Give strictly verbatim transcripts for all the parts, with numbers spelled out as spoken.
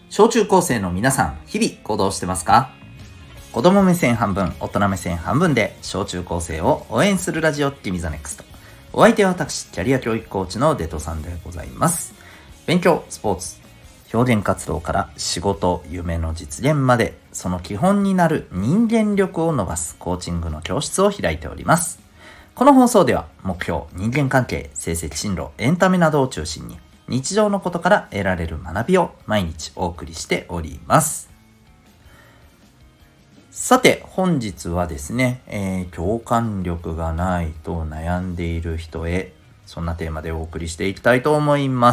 小中高生の皆さん、日々行動してますか？子供目線半分、大人目線半分で小中高生を応援するラジオティミザネクスト。お相手は私、キャリア教育コーチのデトさんでございます。勉強、スポーツ、表現活動から仕事、夢の実現まで、その基本になる人間力を伸ばすコーチングの教室を開いております。この放送では目標、人間関係、成績進路、エンタメなどを中心に日常のことから得られる学びを毎日お送りしております。さて本日はですね、えー、共感力がないと悩んでいる人へ、そんなテーマでお送りしていきたいと思います。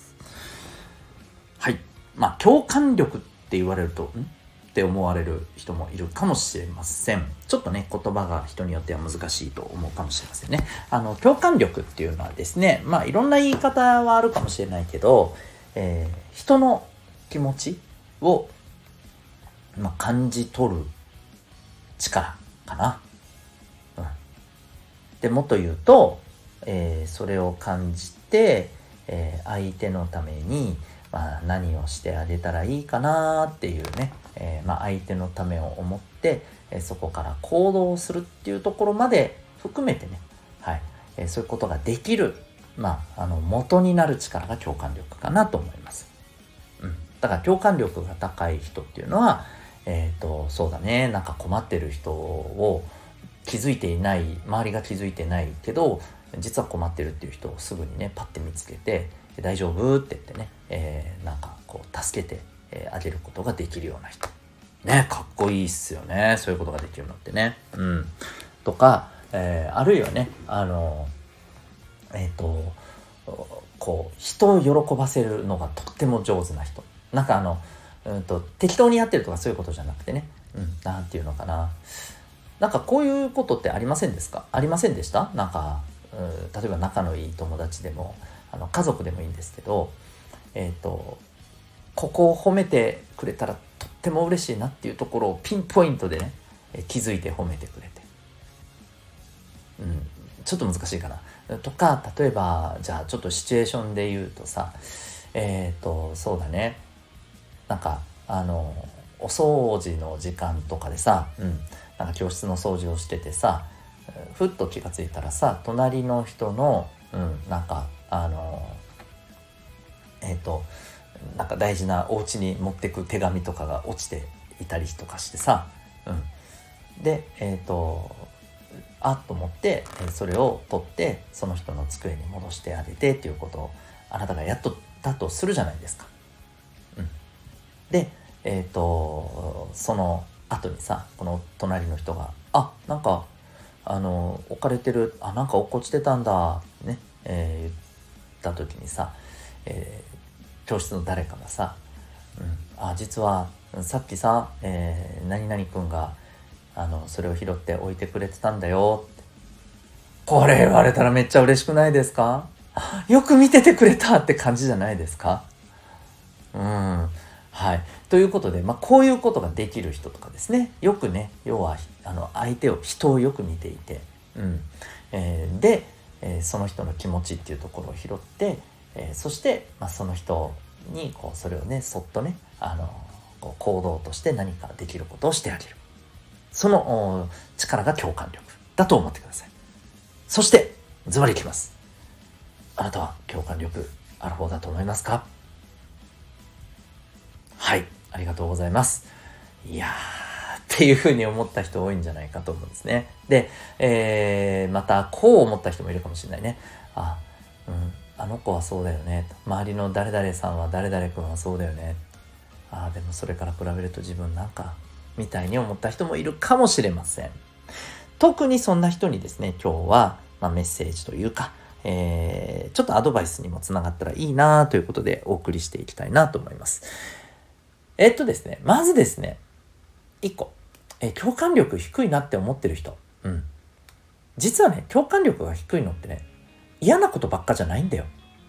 はい、まあ共感力って言われるとんって思われる人もいるかもしれません。ちょっとね、言葉が人によっては難しいと思うかもしれませんね。あの共感力っていうのはですね、まあいろんな言い方はあるかもしれないけど、えー、人の気持ちを、まあ、感じ取る力かな、うん、でもっと言うと、えー、それを感じて、えー、相手のために、まあ、何をしてあげたらいいかなっていうね、えーまあ、相手のためを思って、えー、そこから行動するっていうところまで含めてね、はいえー、そういうことができる、まあ、あの元になる力が共感力かなと思います、うん、だから共感力が高い人っていうのは、えーと、そうだね、なんか困ってる人を気づいていない、周りが気づいてないけど実は困ってるっていう人をすぐにねパッて見つけて、大丈夫って言ってね、えー、なんかこう助けてあげることができるような人ね、かっこいいっすよね、そういうことができるのってね、うん、とか、えー、あるいはね、あのえっ、ー、とこう人を喜ばせるのがとっても上手な人、なんかあの、うんと、適当にやってるとかそういうことじゃなくてね、うん、なんていうのかな、なんかこういうことってありませんですか？ありませんでした？なんか、うん、例えば仲のいい友達でもあの家族でもいいんですけど、えっ、ー、とここを褒めてくれたらとっても嬉しいなっていうところをピンポイントでね、え気づいて褒めてくれて、うん、ちょっと難しいかなとか、例えばじゃあちょっとシチュエーションで言うとさ、えっ、ー、とそうだね、なんかあのお掃除の時間とかでさ、うん、なんか教室の掃除をしててさ、ふっと気がついたらさ、隣の人の、うん、なんかあのえっ、ー、となんか大事なお家に持ってく手紙とかが落ちていたりとかしてさ、うん、でえっ、ー、とあっと思ってそれを取ってその人の机に戻してあげてっていうことをあなたがやっとったとするじゃないですか、うん、でえっ、ー、とその後にさ、この隣の人があなんかあの置かれてる、あなんか落っこちてたんだね、えー、言った時にさ、えー教室の誰かがさ、うん、あ実はさっきさ、えー、何々くんがあのそれを拾って置いてくれてたんだよって、これ言われたらめっちゃ嬉しくないですか？よく見ててくれたって感じじゃないですか？うん、はい。ということで、まあ、こういうことができる人とかですね、よくね、要はあの相手を人をよく見ていて、うんえー、で、えー、その人の気持ちっていうところを拾ってえー、そして、まあ、その人にこうそれをねそっとねあのこう行動として何かできることをしてあげる、その力が共感力だと思ってください。そしてズバリいきます。あなたは共感力ある方だと思いますか？はい、ありがとうございます。いやーっていうふうに思った人多いんじゃないかと思うんですね。で、えー、またこう思った人もいるかもしれないね。あ、うんあの子はそうだよね、周りの誰々さんは誰々君はそうだよね、あでもそれから比べると自分なんかみたいに思った人もいるかもしれません。特にそんな人にですね、今日は、まあ、メッセージというか、えー、ちょっとアドバイスにもつながったらいいなということでお送りしていきたいなと思います。えっとですねまずですねいっこ、えー、共感力低いなって思ってる人、うん、実はね共感力が低いのってね嫌なことばっかじゃないんだよ。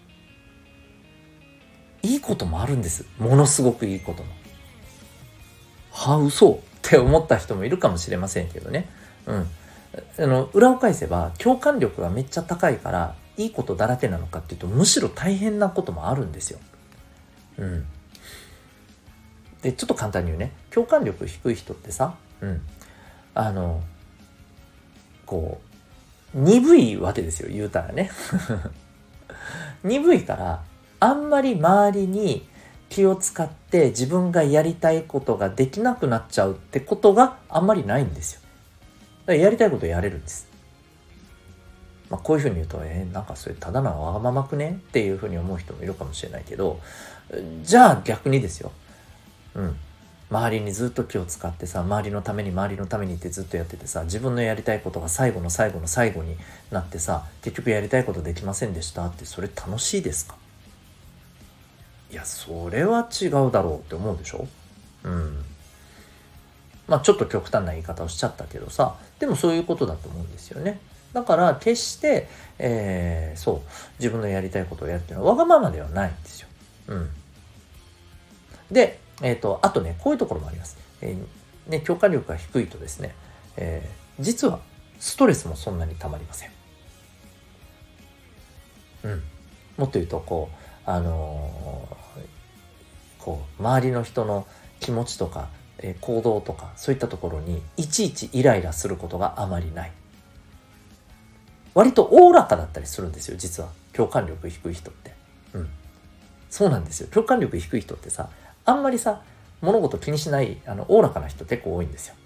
いいこともあるんです。ものすごくいいことも。はあ、嘘って思った人もいるかもしれませんけどね。うん。あの、裏を返せば、共感力がめっちゃ高いから、いいことだらけなのかっていうと、むしろ大変なこともあるんですよ。うん。 でちょっと簡単に言うね、共感力低い人ってさ、うんあのこう鈍いわけですよ、言うたらね鈍いからあんまり周りに気を使って自分がやりたいことができなくなっちゃうってことがあんまりないんですよ。だからやりたいことやれるんです。まあ、こういうふうに言うと、えー、なんかそれただのわがままくねっていうふうに思う人もいるかもしれないけど、じゃあ逆にですよ。うん。周りにずっと気を使ってさ、周りのために周りのためにってずっとやっててさ、自分のやりたいことが最後の最後の最後になってさ、結局やりたいことできませんでしたって、それ楽しいですか？いや、それは違うだろうって思うでしょ？うん。まあちょっと極端な言い方をしちゃったけどさ、でもそういうことだと思うんですよね。だから決して、えー、そう自分のやりたいことをやるっていうのはわがままではないんですよ。うん。で、えっとあとね、こういうところもあります。えー、ね、共感力が低いとですね、えー、実はストレスもそんなにたまりません。うん。もっと言うとこうあのー、こう周りの人の気持ちとか、えー、行動とかそういったところにいちいちイライラすることがあまりない。割とおおらかだったりするんですよ、実は共感力低い人って。うん、そうなんですよ。共感力低い人ってさ、あんまりさ物事気にしないあのおおらかな人結構多いんですよ。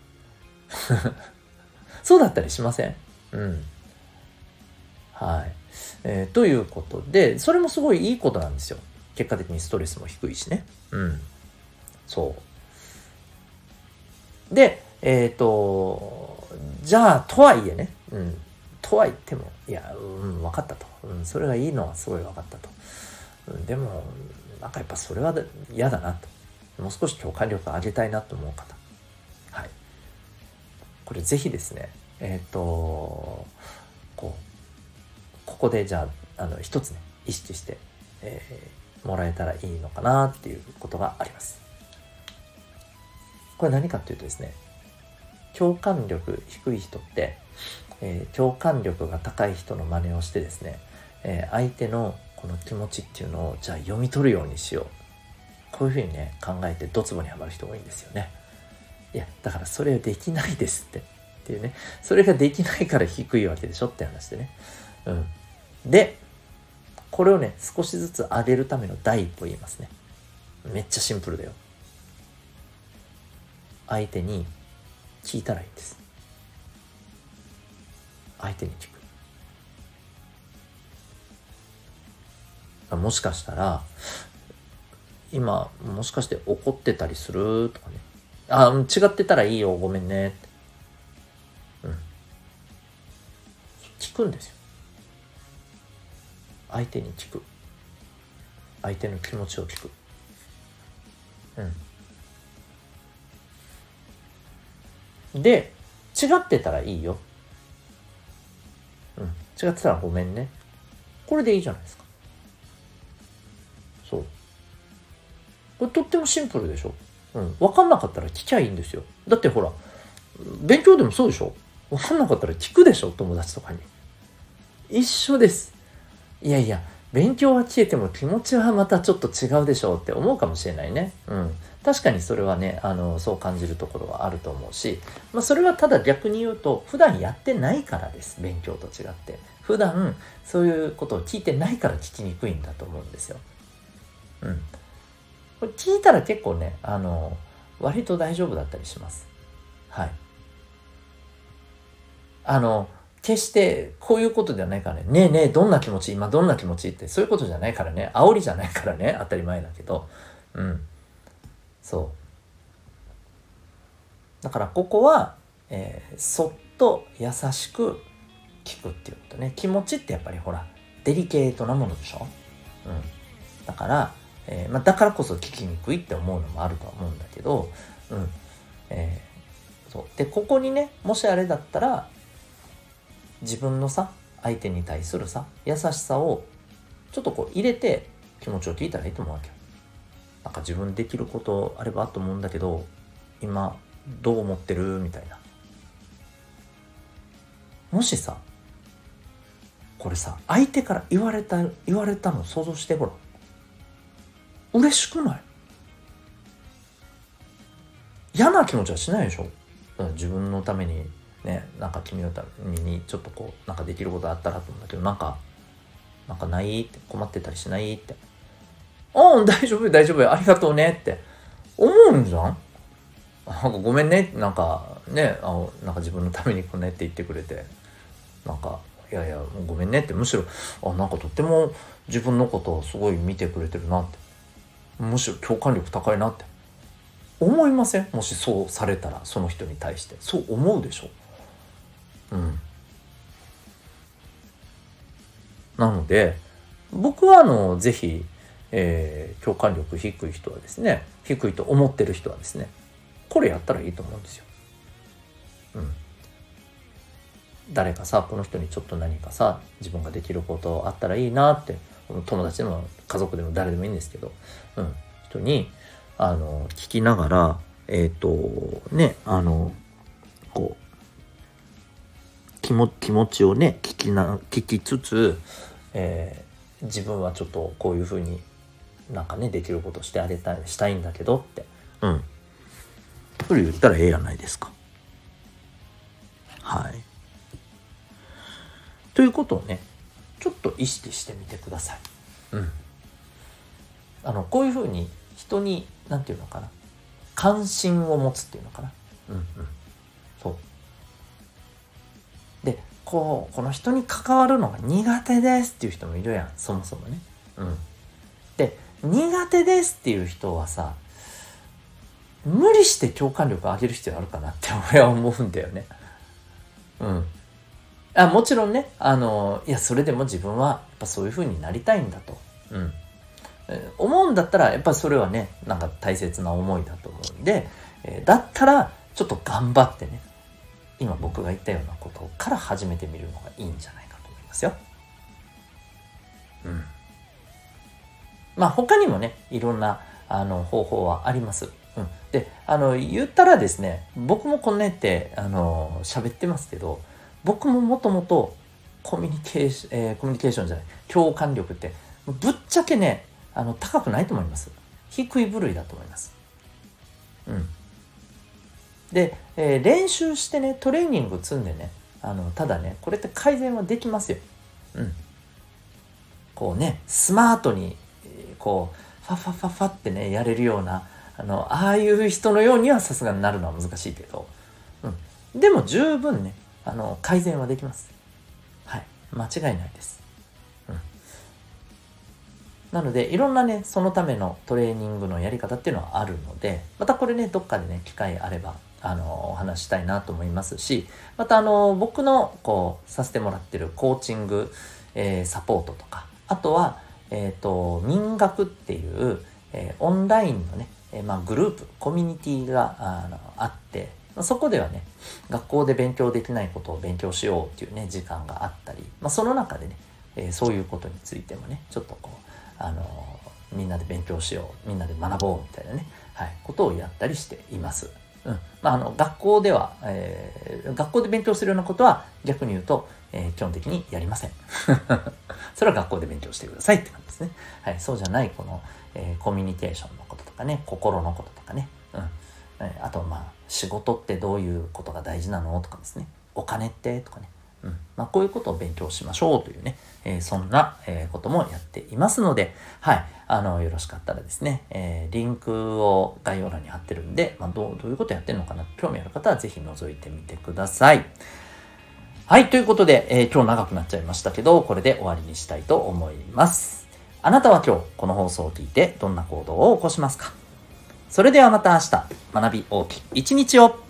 そうだったりしません？うん。はい、えー。ということで、それもすごいいいことなんですよ。結果的にストレスも低いしね。うん。そう。で、えっと、じゃあ、とはいえね、うん。とは言っても、いや、うん、分かったと。うん、それがいいのはすごい分かったと。うん、でも、なんかやっぱそれは嫌だなと。もう少し共感力を上げたいなと思う方。はい。これぜひですね、えっと、こう、ここでじゃあ、あの、一つね、意識して、えー、もらえたらいいのかなっていうことがあります。これ何かっていうとですね、共感力低い人って、えー、共感力が高い人の真似をしてですね、えー、相手のこの気持ちっていうのをじゃあ読み取るようにしよう。こういうふうにね、考えてドツボにはまる人多いんですよね。いや、だからそれはできないですって。っていうね。それができないから低いわけでしょって話でね。うん。で、これをね、少しずつ上げるための第一歩言いますね。めっちゃシンプルだよ。相手に聞いたらいいんです。相手に聞く。もしかしたら、今、もしかして怒ってたりするとかね。あ、違ってたらいいよ、ごめんねって。うん。聞くんですよ。相手に聞く。相手の気持ちを聞く。うん。で、違ってたらいいよ。うん。違ってたらごめんね。これでいいじゃないですか。そう。これとってもシンプルでしょ。うん。分かんなかったら聞きゃいいんですよ。だってほら、勉強でもそうでしょ。分かんなかったら聞くでしょ、友達とかに。一緒です。いやいや、勉強は消えても気持ちはまたちょっと違うでしょうって思うかもしれないね。うん。確かにそれはね、あの、そう感じるところはあると思うし、まあそれはただ逆に言うと、普段やってないからです。勉強と違って。普段そういうことを聞いてないから聞きにくいんだと思うんですよ。うん。これ聞いたら結構ね、あの、割と大丈夫だったりします。はい。あの、決してこういうことではないからね、ねえねえ、どんな気持ち今どんな気持ちってそういうことじゃないからね、煽りじゃないからね、当たり前だけど。うん。そう。だからここは、えー、そっと優しく聞くっていうことね。気持ちってやっぱりほら、デリケートなものでしょ。うん。だから、えーまあ、だからこそ聞きにくいって思うのもあるとは思うんだけど、うん。えー、そう。で、ここにね、もしあれだったら、自分のさ、相手に対するさ、優しさをちょっとこう入れて気持ちを聞いたらいいと思うわけよ。なんか自分できることあればと思うんだけど、今どう思ってるみたいな。もしさ、これさ、相手から言われた、言われたの想像してごらん。嬉しくない？ 嫌な気持ちはしないでしょ。だから自分のためにね、なんか君のためにちょっとこうなんかできることあったらと思うんだけど、なんかなんかないって、困ってたりしないって、ああ大丈夫大丈夫ありがとうねって思うんじゃん。なんかごめんね、なんかね、あなんか自分のためにこうねって言ってくれて、なんかいやいやもうごめんねって、むしろあなんかとっても自分のことをすごい見てくれてるなって、むしろ共感力高いなって思いません？もしそうされたら、その人に対してそう思うでしょ。うんなので僕はあのぜひ、えー、共感力低い人はですね、低いと思ってる人はですね、これやったらいいと思うんですよ。うん誰かさ、この人にちょっと何かさ、自分ができることあったらいいなって、友達でも家族でも誰でもいいんですけど、うん、人にあの聞きながら、えっとね、あのこう気も気持ちをね聞きな聞きつつ、えー、自分はちょっとこういう風になんかねできることしてあげたいしたいんだけどって、うん、それ言ったらええやないですか。はい。ということをね、ちょっと意識してみてください。うん。あのこういう風に人になんていうのかな、関心を持つっていうのかな。うんうん。そう。で、こうこの人に関わるのが苦手ですっていう人もいるやん、そもそもね。うん。で、苦手ですっていう人はさ、無理して共感力上げる必要あるかなって俺は思うんだよね。うん。あもちろんね、あのいやそれでも自分はやっぱそういう風になりたいんだと、うん、えー、思うんだったらやっぱりそれはねなんか大切な思いだと思うんで、えー、だったらちょっと頑張ってね、今僕が言ったようなことから始めてみるのがいいんじゃないかと思いますよ。うん。まあ他にもねいろんなあの方法はあります。うん、であの言ったらですね、僕もこんなってあの喋ってますけど、僕ももともとコミュニケーション、えー、コミュニケーションじゃない共感力ってぶっちゃけねあの高くないと思います。低い部類だと思います。うんで、えー、練習してねトレーニング積んでね、あのただねこれって改善はできますよ。うんこうねスマートにこうファファファファってねやれるようなあのああいう人のようにはさすがになるのは難しいけど、うん、でも十分ねあの改善はできます。はい間違いないです。うん、なのでいろんなねそのためのトレーニングのやり方っていうのはあるので、またこれねどっかでね機会あればあのお話したいなと思いますし、またあの僕のこうさせてもらってるコーチング、えー、サポートとか、あとはえっと民学っていう、えー、オンラインのね、えーまあ、グループコミュニティが あのあって、そこではね学校で勉強できないことを勉強しようっていうね時間があったり、まあ、その中でね、えー、そういうことについてもねちょっとこうあのみんなで勉強しよう、みんなで学ぼうみたいなね、はい、ことをやったりしています。うんまあ、あの学校では、えー、学校で勉強するようなことは逆に言うと、えー、基本的にやりません。それは学校で勉強してくださいって感じですね。はい、そうじゃないこの、えー、コミュニケーションのこととかね、心のこととかね、うんえー、あとまあ仕事ってどういうことが大事なのとかですね、お金ってとかね、うんまあ、こういうことを勉強しましょうというね、えー、そんな、えー、こともやっていますので、はい、あのよろしかったらですね、えー、リンクを概要欄に貼ってるんで、まあ、どう、どういうことやってるのかな興味ある方はぜひ覗いてみてください。はい、ということで、えー、今日長くなっちゃいましたけど、これで終わりにしたいと思います。あなたは今日この放送を聞いてどんな行動を起こしますか？それではまた明日、学び大きい一日を。